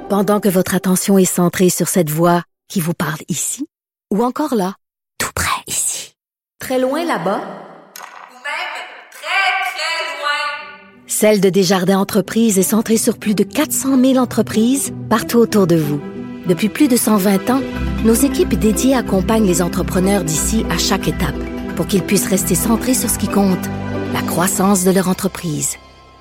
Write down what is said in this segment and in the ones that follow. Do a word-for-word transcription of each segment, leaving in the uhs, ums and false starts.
Pendant que votre attention est centrée sur cette voix qui vous parle ici, ou encore là, tout près ici, très loin là-bas, ou même très, très loin, Celle de Desjardins Entreprises est centrée sur plus de quatre cent mille entreprises partout autour de vous. Depuis plus de cent vingt ans, nos équipes dédiées accompagnent les entrepreneurs d'ici à chaque étape pour qu'ils puissent rester centrés sur ce qui compte, la croissance de leur entreprise.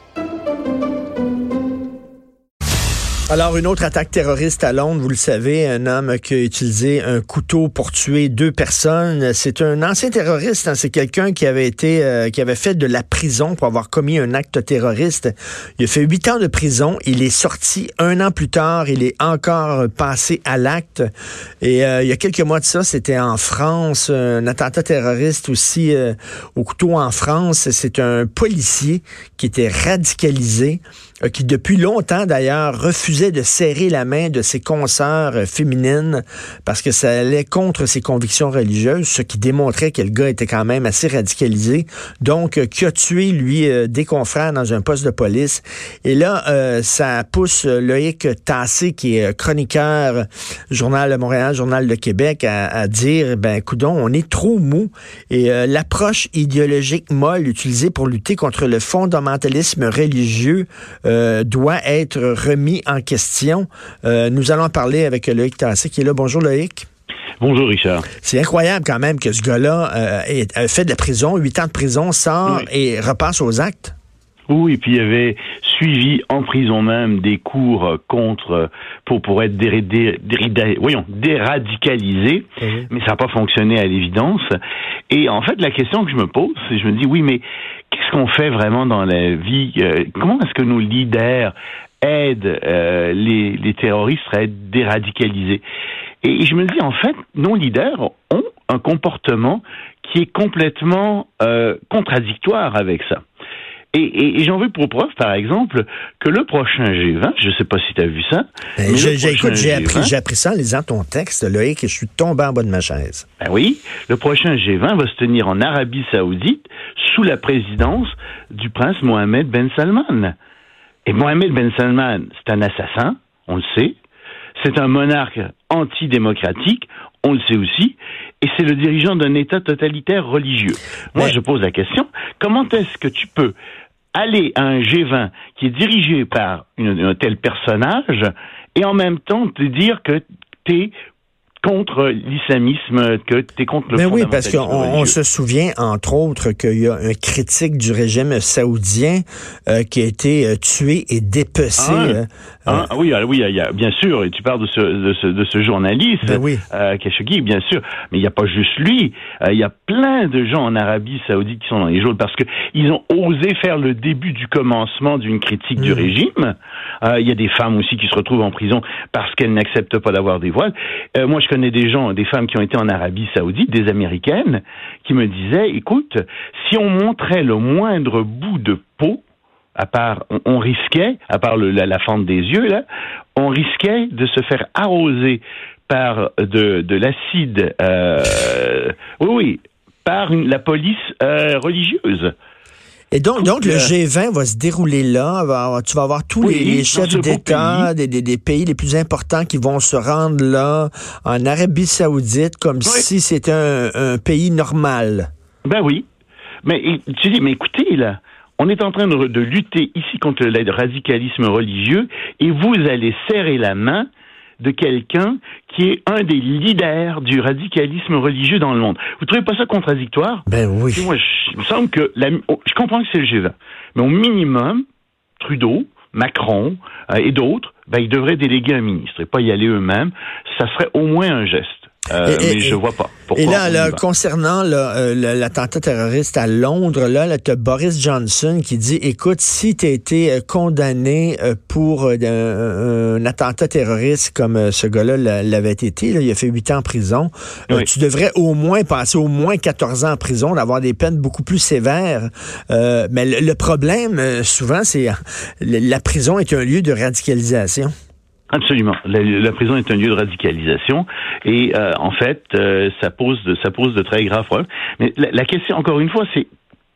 Alors, une autre attaque terroriste à Londres, vous le savez, un homme qui a utilisé un couteau pour tuer deux personnes. C'est un ancien terroriste, hein, c'est quelqu'un qui avait été, euh, qui avait fait de la prison pour avoir commis un acte terroriste. Il a fait huit ans de prison, il est sorti un an plus tard, il est encore passé à l'acte. Et euh, il y a quelques mois de ça, c'était en France, un attentat terroriste aussi euh, au couteau en France. C'est un policier qui était radicalisé, euh, qui depuis longtemps d'ailleurs refusait de serrer la main de ses consoeurs euh, féminines parce que ça allait contre ses convictions religieuses, ce qui démontrait que le gars était quand même assez radicalisé. Donc, euh, qui a tué, lui, euh, des confrères dans un poste de police. Et là, euh, ça pousse euh, Loïc Tassé, qui est chroniqueur Journal de Montréal, Journal de Québec, à, à dire, ben, coudonc, on est trop mou. Et euh, l'approche idéologique molle utilisée pour lutter contre le fondamentalisme religieux euh, doit être remis en question. Euh, nous allons parler avec Loïc Tassé qui est là. Bonjour Loïc. Bonjour Richard. C'est incroyable quand même que ce gars-là euh, ait, ait fait de la prison, huit ans de prison, sort oui. et repasse aux actes. Oui, et puis il avait suivi en prison même des cours contre pour pour être dé, dé, dé, voyons, déradicalisé, mmh. mais ça n'a pas fonctionné à l'évidence. Et en fait, la question que je me pose, c'est je me dis oui, mais qu'est-ce qu'on fait vraiment dans la vie? euh, Comment est-ce que nos leaders aident euh, les, les terroristes à être déradicalisés? Et, et je me dis en fait, nos leaders ont un comportement qui est complètement euh, contradictoire avec ça. Et, et, et j'en veux pour preuve, par exemple, que le prochain G vingt, je ne sais pas si tu as vu ça. Ben, mais je, écoute, j'ai appris, j'ai appris ça en lisant ton texte, Loïc, et je suis tombé en bas de ma chaise. Ben oui, le prochain G vingt va se tenir en Arabie Saoudite sous la présidence du prince Mohammed Ben Salman. Et Mohammed Ben Salman, c'est un assassin, on le sait. C'est un monarque antidémocratique, on le sait aussi. Et c'est le dirigeant d'un État totalitaire religieux. Moi, ouais. je pose la question, comment est-ce que tu peux aller à un G vingt qui est dirigé par une, un tel personnage et en même temps te dire que t'es contre l'islamisme, que t'es contre le Mais fondamentalisme oui, parce qu'on on se souvient, entre autres, qu'il y a un critique du régime saoudien euh, qui a été euh, tué et dépecé. Ah, euh, ah, euh, oui, oui, il y a, bien sûr, et tu parles de ce, de ce, de ce journaliste, ben oui. euh, Khashoggi, bien sûr, mais il n'y a pas juste lui, il euh, y a plein de gens en Arabie Saoudite qui sont dans les geôles parce que ils ont osé faire le début du commencement d'une critique mmh. du régime. Il euh, y a des femmes aussi qui se retrouvent en prison parce qu'elles n'acceptent pas d'avoir des voiles. Euh, moi, je connais des gens, des femmes qui ont été en Arabie Saoudite, des Américaines, qui me disaient, écoute, si on montrait le moindre bout de peau, à part, on, on risquait, à part le, la, la fente des yeux, là, on risquait de se faire arroser par de, de l'acide, euh, oui, oui, par une, la police euh, religieuse. Et donc, donc le G vingt va se dérouler là. Va, tu vas avoir tous oui, les, les chefs d'État des, des, des pays les plus importants qui vont se rendre là, en Arabie Saoudite, comme oui. si c'était un, un pays normal. Ben oui. Mais tu dis, mais écoutez, là, on est en train de, de lutter ici contre le radicalisme religieux et vous allez serrer la main de quelqu'un qui est un des leaders du radicalisme religieux dans le monde. Vous trouvez pas ça contradictoire? Ben oui. Moi, je, il me semble que la, je comprends que c'est le G vingt, mais au minimum, Trudeau, Macron euh, et d'autres, ben ils devraient déléguer un ministre et pas y aller eux-mêmes. Ça serait au moins un geste. Euh, et, mais et, je vois pas. Pourquoi et là, là concernant là, euh, l'attentat terroriste à Londres, là, là tu as Boris Johnson qui dit, écoute, si tu as été euh, condamné euh, pour euh, un, un attentat terroriste comme euh, ce gars-là l'avait été, là, il a fait huit ans en prison, euh, oui. tu devrais au moins passer au moins quatorze ans en prison, d'avoir des peines beaucoup plus sévères. Euh, mais le, le problème, euh, souvent, c'est la prison est un lieu de radicalisation. Absolument. La, la prison est un lieu de radicalisation et euh, en fait, euh, ça pose de, ça pose de très graves problèmes. Mais la, la question, encore une fois, c'est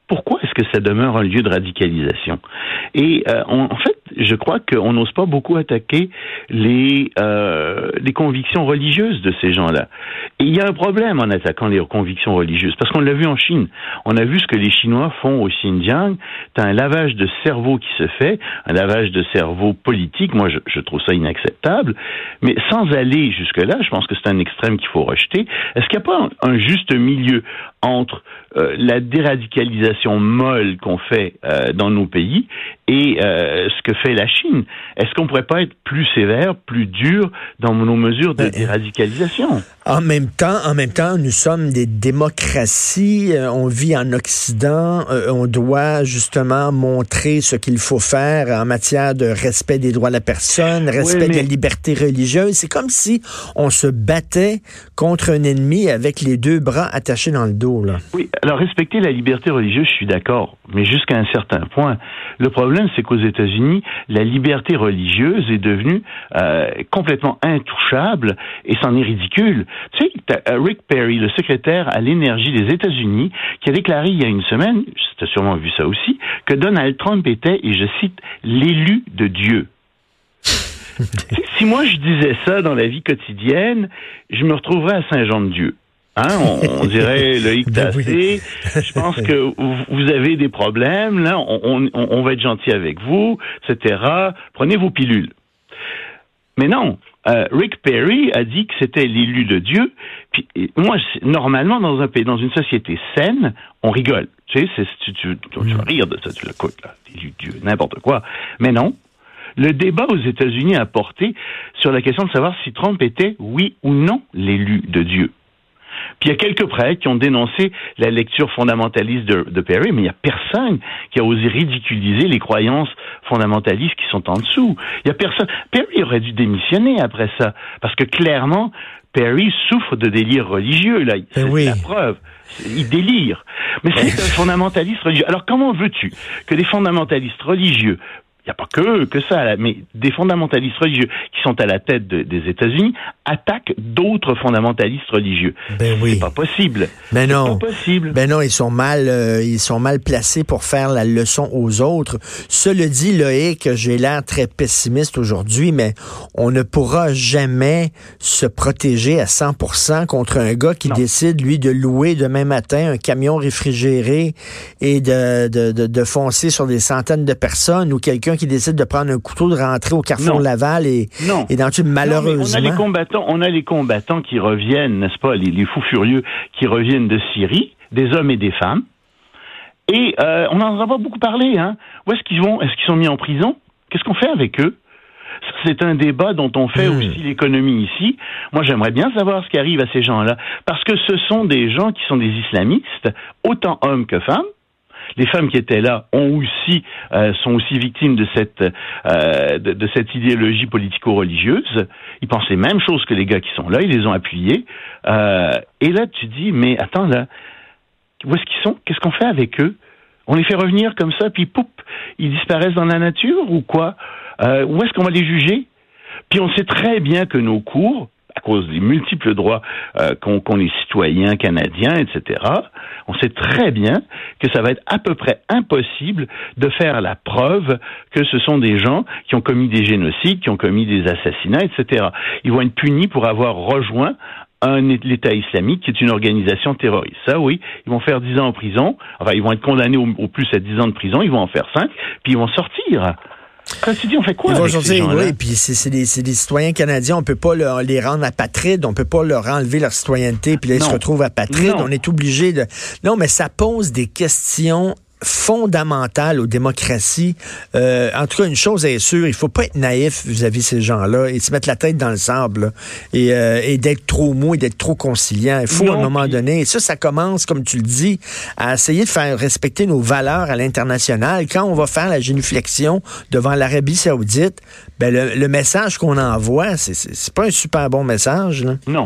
pourquoi est-ce que ça demeure un lieu de radicalisation? Et euh, on, en fait, je crois qu'on n'ose pas beaucoup attaquer les, euh, les convictions religieuses de ces gens-là. Et il y a un problème en attaquant les convictions religieuses, parce qu'on l'a vu en Chine. On a vu ce que les Chinois font au Xinjiang. T'as un lavage de cerveau qui se fait, un lavage de cerveau politique. Moi, je, je trouve ça inacceptable. Mais sans aller jusque-là, je pense que c'est un extrême qu'il faut rejeter. Est-ce qu'il n'y a pas un, un juste milieu entre euh, la déradicalisation molle qu'on fait euh, dans nos pays et euh, ce que fait la Chine? Est-ce qu'on pourrait pas être plus sévère, plus dur dans nos mesures de déradicalisation? En même temps, en même temps, nous sommes des démocraties, euh, on vit en Occident, euh, on doit justement montrer ce qu'il faut faire en matière de respect des droits de la personne, respect oui, mais... de la liberté religieuse. C'est comme si on se battait contre un ennemi avec les deux bras attachés dans le dos, là. Oui, alors respecter la liberté religieuse, je suis d'accord, mais jusqu'à un certain point. Le problème, c'est qu'aux États-Unis, la liberté religieuse est devenue euh, complètement intouchable et c'en est ridicule. Tu sais, t'as Rick Perry, le secrétaire à l'énergie des États-Unis, qui a déclaré il y a une semaine, tu as sûrement vu ça aussi, que Donald Trump était, et je cite, l'élu de Dieu. Si moi je disais ça dans la vie quotidienne, je me retrouverais à Saint-Jean-de-Dieu. Hein, on, on dirait Loïc Tassé, je pense que vous avez des problèmes, là, on, on, on va être gentil avec vous, et cetera. Prenez vos pilules. Mais non, euh, Rick Perry a dit que c'était l'élu de Dieu. Puis moi, normalement, dans un pays, dans une société saine, on rigole. Tu sais, c'est, tu, tu, tu, tu vas rire de ça, tu l'écoutes, là, l'élu de Dieu, n'importe quoi. Mais non. Le débat aux États-Unis a porté sur la question de savoir si Trump était, oui ou non, l'élu de Dieu. Puis il y a quelques prêtres qui ont dénoncé la lecture fondamentaliste de, de Perry, mais il n'y a personne qui a osé ridiculiser les croyances fondamentalistes qui sont en dessous. Il y a personne. Perry aurait dû démissionner après ça, parce que clairement, Perry souffre de délire religieux, là. C'est oui. la preuve. Il délire. Mais c'est un fondamentaliste religieux. Alors comment veux-tu que des fondamentalistes religieux, il n'y a pas que, que ça, là, mais des fondamentalistes religieux qui sont à la tête de, des États-Unis attaquent d'autres fondamentalistes religieux. Ben oui. C'est pas possible. Ben non. C'est pas possible. Ben non, ils sont mal, euh, ils sont mal placés pour faire la leçon aux autres. Cela dit, Loïc, j'ai l'air très pessimiste aujourd'hui, mais on ne pourra jamais se protéger à cent pour cent contre un gars qui non. décide, lui, de louer demain matin un camion réfrigéré et de, de, de, de foncer sur des centaines de personnes, ou quelqu'un qui décide de prendre un couteau, de rentrer au Carrefour non. Laval et, et d'en tuer malheureusement. Non, on a les combattants, on a les combattants qui reviennent, n'est-ce pas, les, les fous furieux qui reviennent de Syrie, des hommes et des femmes. Et euh, on n'en a pas beaucoup parlé, hein. Où est-ce qu'ils vont? Est-ce qu'ils sont mis en prison? Qu'est-ce qu'on fait avec eux? C'est un débat dont on fait mmh. aussi l'économie ici. Moi, j'aimerais bien savoir ce qui arrive à ces gens-là, parce que ce sont des gens qui sont des islamistes, autant hommes que femmes. Les femmes qui étaient là ont aussi euh, sont aussi victimes de cette euh, de, de cette idéologie politico-religieuse. Ils pensent les mêmes choses que les gars qui sont là, ils les ont appuyés. Euh, et là, tu dis, mais attends là, où est-ce qu'ils sont? Qu'est-ce qu'on fait avec eux? On les fait revenir comme ça, puis poup, ils disparaissent dans la nature ou quoi? euh, Où est-ce qu'on va les juger? Puis on sait très bien que nos cours, à cause des multiples droits euh, qu'ont, qu'ont les citoyens canadiens, et cetera, on sait très bien que ça va être à peu près impossible de faire la preuve que ce sont des gens qui ont commis des génocides, qui ont commis des assassinats, et cetera. Ils vont être punis pour avoir rejoint un, l'État islamique, qui est une organisation terroriste. Ça, oui, ils vont faire dix ans en prison, enfin, ils vont être condamnés au, au plus à dix ans de prison, ils vont en faire cinq, puis ils vont sortir. Quand tu dis, on fait quoi avec ces gens-là? Oui, puis c'est, c'est, des, c'est des citoyens canadiens, on peut pas leur, les rendre apatrides, on peut pas leur enlever leur citoyenneté, puis là, ils non. se retrouvent apatrides, non. on est obligé de... Non, mais ça pose des questions fondamentale aux démocraties. Euh, en tout cas, une chose est sûre, il faut pas être naïf vis-à-vis de ces gens-là et se mettre la tête dans le sable là, et, euh, et d'être trop mou et d'être trop conciliant. Il faut non, à un moment pis... donné, et ça, ça commence, comme tu le dis, à essayer de faire respecter nos valeurs à l'international. Quand on va faire la génuflexion devant l'Arabie Saoudite, ben le, le message qu'on envoie, c'est, c'est, c'est pas un super bon message. Là. Non.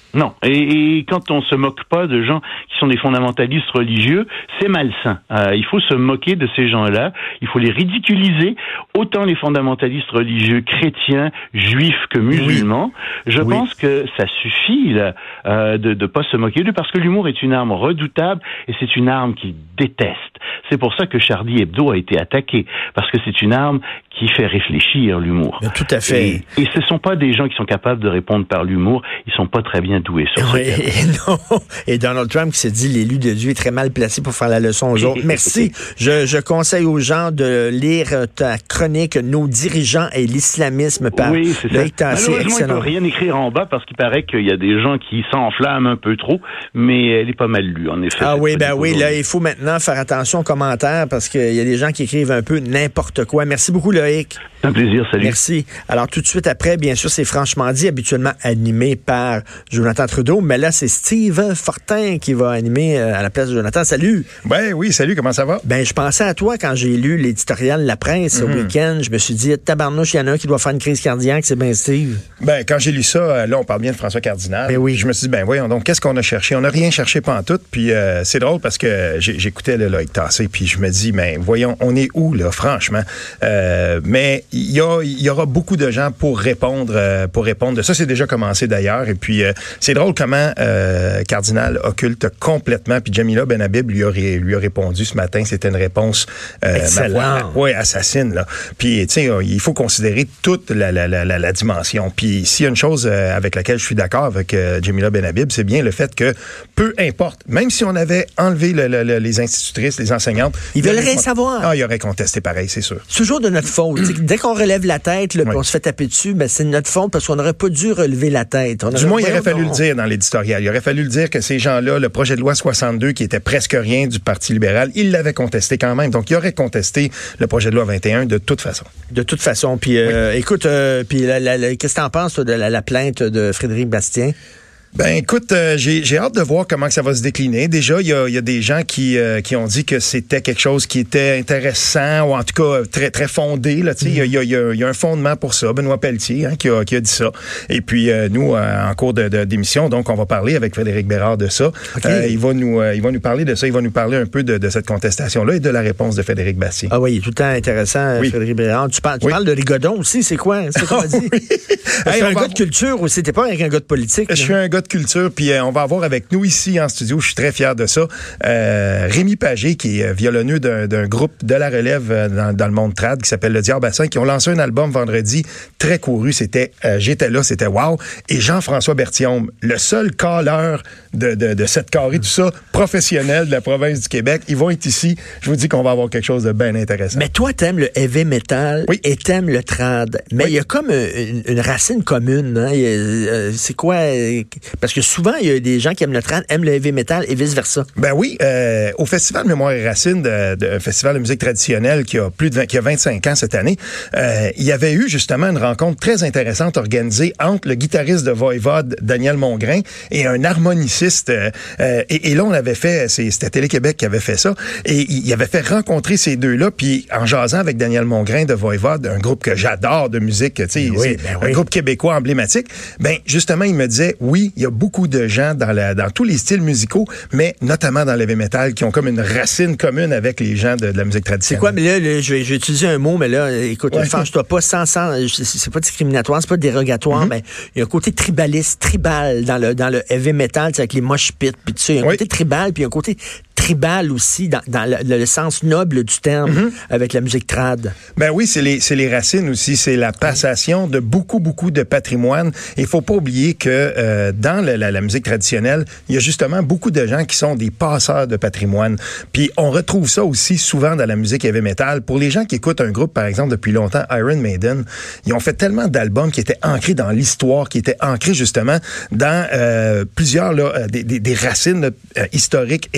Non. Et, et quand on se moque pas de gens qui sont des fondamentalistes religieux, c'est malsain. Euh, il faut se moquer de ces gens-là. Il faut les ridiculiser. Autant les fondamentalistes religieux chrétiens, juifs que musulmans. Oui. Je oui. pense que ça suffit là, euh, de ne pas se moquer d'eux parce que l'humour est une arme redoutable et c'est une arme qui déteste. C'est pour ça que Charlie Hebdo a été attaqué parce que c'est une arme qui fait réfléchir l'humour. Mais tout à fait. Et, et ce ne sont pas des gens qui sont capables de répondre par l'humour. Ils sont pas très bien doués sur oui, ce et non. Et Donald Trump qui s'est dit l'élu de Dieu est très mal placé pour faire la leçon aux autres. Merci. Je, je conseille aux gens de lire ta chronique Nos dirigeants et l'islamisme par oui, c'est Loïc Tassé. Malheureusement, il ne peut rien écrire en bas parce qu'il paraît qu'il y a des gens qui s'enflamment un peu trop, mais elle est pas mal lue, en effet. Ah oui, ben oui, là, il faut maintenant faire attention aux commentaires parce qu'il y a des gens qui écrivent un peu n'importe quoi. Merci beaucoup, Loïc. Un plaisir, salut. Merci. Alors, tout de suite après, bien sûr, c'est Franchement dit, habituellement animé par Jonathan Trudeau, mais là, c'est Steve Fortin qui va animer à la place de Jonathan. Salut! Ben oui, salut, comment ça va? Ben, je pensais à toi quand j'ai lu l'éditorial La Presse mm-hmm. au week-end. Je me suis dit, tabarnouche, il y en a un qui doit faire une crise cardiaque, c'est bien Steve. Ben, quand j'ai lu ça, là, on parle bien de François Cardinal. Ben oui. Je me suis dit, ben voyons donc, qu'est-ce qu'on a cherché? On n'a rien cherché pantoute, puis euh, c'est drôle parce que j'écoutais le Loïc Tassé, puis je me dis, ben voyons, on est où, là, franchement? Euh, mais il y, y aura beaucoup de gens pour répondre, euh, pour répondre de ça. C'est déjà commencé d'ailleurs, et puis euh, c'est drôle comment euh, Cardinal occulte complètement, puis Jamila Benhabib lui a, lui a répondu ce matin, c'était une réponse euh, excellente. Oui, assassine, là. Puis, tu sais, il faut considérer toute la, la, la, la, la dimension. Puis, s'il y a une chose euh, avec laquelle je suis d'accord avec euh, Jamila Benhabib, c'est bien le fait que, peu importe, même si on avait enlevé le, le, le, les institutrices, les enseignantes... Ils veulent rien savoir. Ah, il aurait contesté pareil, c'est sûr. C'est toujours de notre faute. Dès qu'on relève la tête, là, oui. on se fait taper dessus, ben, c'est de notre faute parce qu'on n'aurait pas dû relever la tête. On du moins, il aurait fallu non. le dire dans l'éditorial. Il aurait fallu le dire que ces gens-là, le projet de loi soixante-deux, qui était presque rien du Parti libéral, ils l'avaient contesté quand même. Donc, il aurait contesté le projet de loi vingt et un de toute façon. De toute façon. Puis, euh, oui. écoute, euh, puis la, la, la, qu'est-ce que t'en penses toi, de la, la plainte de Frédéric Bastien? Ben écoute, euh, j'ai, j'ai hâte de voir comment ça va se décliner. Déjà, il y a, y a des gens qui, euh, qui ont dit que c'était quelque chose qui était intéressant ou en tout cas très très fondé. Là, il y a, y, a, y, a, y a un fondement pour ça. Benoît Pelletier hein, qui, a, qui a dit ça. Et puis euh, nous, euh, en cours de, de, d'émission, donc on va parler avec Frédéric Bérard de ça. Okay. Euh, il va nous, euh, il va nous parler de ça. Il va nous parler un peu de, de cette contestation-là et de la réponse de Frédéric Bastien. Ah oui, il est tout le temps intéressant, oui. Frédéric Bérard. Tu parles, tu oui. parles de Rigodon aussi. C'est quoi C'est quoi on dit oui. hey, un va... gars de culture aussi. T'es pas avec un gars de politique. Je suis un gars de culture. Puis on va avoir avec nous ici en studio, je suis très fier de ça, euh, Rémi Pagé, qui est violonneux d'un, d'un groupe de la relève dans, dans le monde trad, qui s'appelle Le Diabassin, qui ont lancé un album vendredi très couru. C'était euh, J'étais là, c'était wow. Et Jean-François Berthiaume, le seul caleur de, de, de cette carré, tout ça, professionnel de la province du Québec. Ils vont être ici. Je vous dis qu'on va avoir quelque chose de bien intéressant. Mais toi, t'aimes le heavy metal oui. et t'aimes le trad. Mais il oui. y a comme une, une racine commune. Hein? Il y a, euh, c'est quoi? Parce que souvent, il y a des gens qui aiment le trad, aiment le heavy metal et vice-versa. Ben oui, euh, au Festival Mémoire et Racines, de, de, un festival de musique traditionnelle qui a plus de vingt, qui a vingt-cinq ans cette année, euh, il y avait eu justement une rencontre très intéressante organisée entre le guitariste de Voivode, Daniel Mongrain, et un harmoniciste. Euh, et, et là, on avait fait, c'est, c'était Télé-Québec qui avait fait ça, et il avait fait rencontrer ces deux-là, puis en jasant avec Daniel Mongrain de Voivode, un groupe que j'adore de musique, tu sais, oui, ben un oui. groupe québécois emblématique, ben justement, il me disait, oui, il y a beaucoup de gens dans, la, dans tous les styles musicaux, mais notamment dans le heavy metal, qui ont comme une racine commune avec les gens de, de la musique traditionnelle. C'est quoi, mais là, là je, vais, je vais utiliser un mot, mais là, écoute, ouais. fâche-toi pas, sans, sans, c'est pas discriminatoire, c'est pas dérogatoire, mm-hmm. mais il y a un côté tribaliste, tribal dans le, dans le heavy metal, avec les mosh pits, puis tu sais, il y a un oui. côté tribal, puis il y a un côté tribal aussi, dans, dans le, le sens noble du terme, mm-hmm. avec la musique trad. Ben oui, c'est les, c'est les racines aussi, c'est la passation de beaucoup, beaucoup de patrimoine. Il faut pas oublier que euh, dans le, la, la musique traditionnelle, il y a justement beaucoup de gens qui sont des passeurs de patrimoine. Puis on retrouve ça aussi souvent dans la musique heavy metal. Pour les gens qui écoutent un groupe, par exemple, depuis longtemps, Iron Maiden, ils ont fait tellement d'albums qui étaient ancrés dans l'histoire, qui étaient ancrés justement dans euh, plusieurs là, des, des, des racines là, historiques et euh,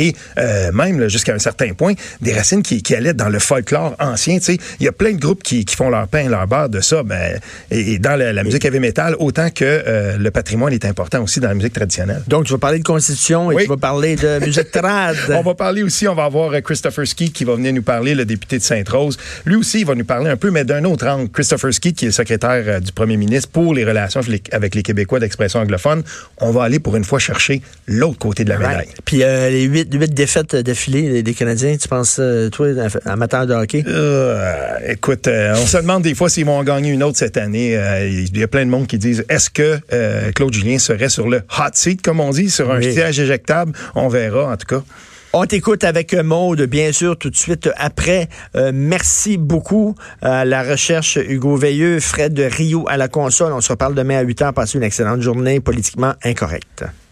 euh, même là, jusqu'à un certain point, des racines qui, qui allaient dans le folklore ancien. Tu sais, il y a plein de groupes qui, qui font leur pain et leur beurre de ça. Ben, et, et dans la, la musique heavy metal, autant que euh, le patrimoine est important aussi dans la musique traditionnelle. Donc, tu vas parler de Constitution et oui. tu vas parler de musique trad. On va parler aussi, on va avoir Christopher Skeet qui va venir nous parler, le député de Sainte-Rose. Lui aussi, il va nous parler un peu, mais d'un autre angle. Christopher Skeet, qui est le secrétaire euh, du premier ministre pour les relations avec les Québécois d'expression anglophone. On va aller pour une fois chercher l'autre côté de la médaille. Right. Puis euh, les huit, huit défaites d'affilée des Canadiens, tu penses, euh, toi, amateur de hockey? Euh, écoute, euh, on se demande des fois s'ils vont en gagner une autre cette année. Euh, il y a plein de monde qui disent, est-ce que euh, Claude Julien serait sur le hot seat, comme on dit, sur un oui. siège éjectable? On verra, en tout cas. On t'écoute avec Maude, bien sûr, tout de suite après. Euh, merci beaucoup à la recherche Hugo Veilleux, Fred Rio à la console. On se reparle demain à huit heures. Passez une excellente journée politiquement incorrecte.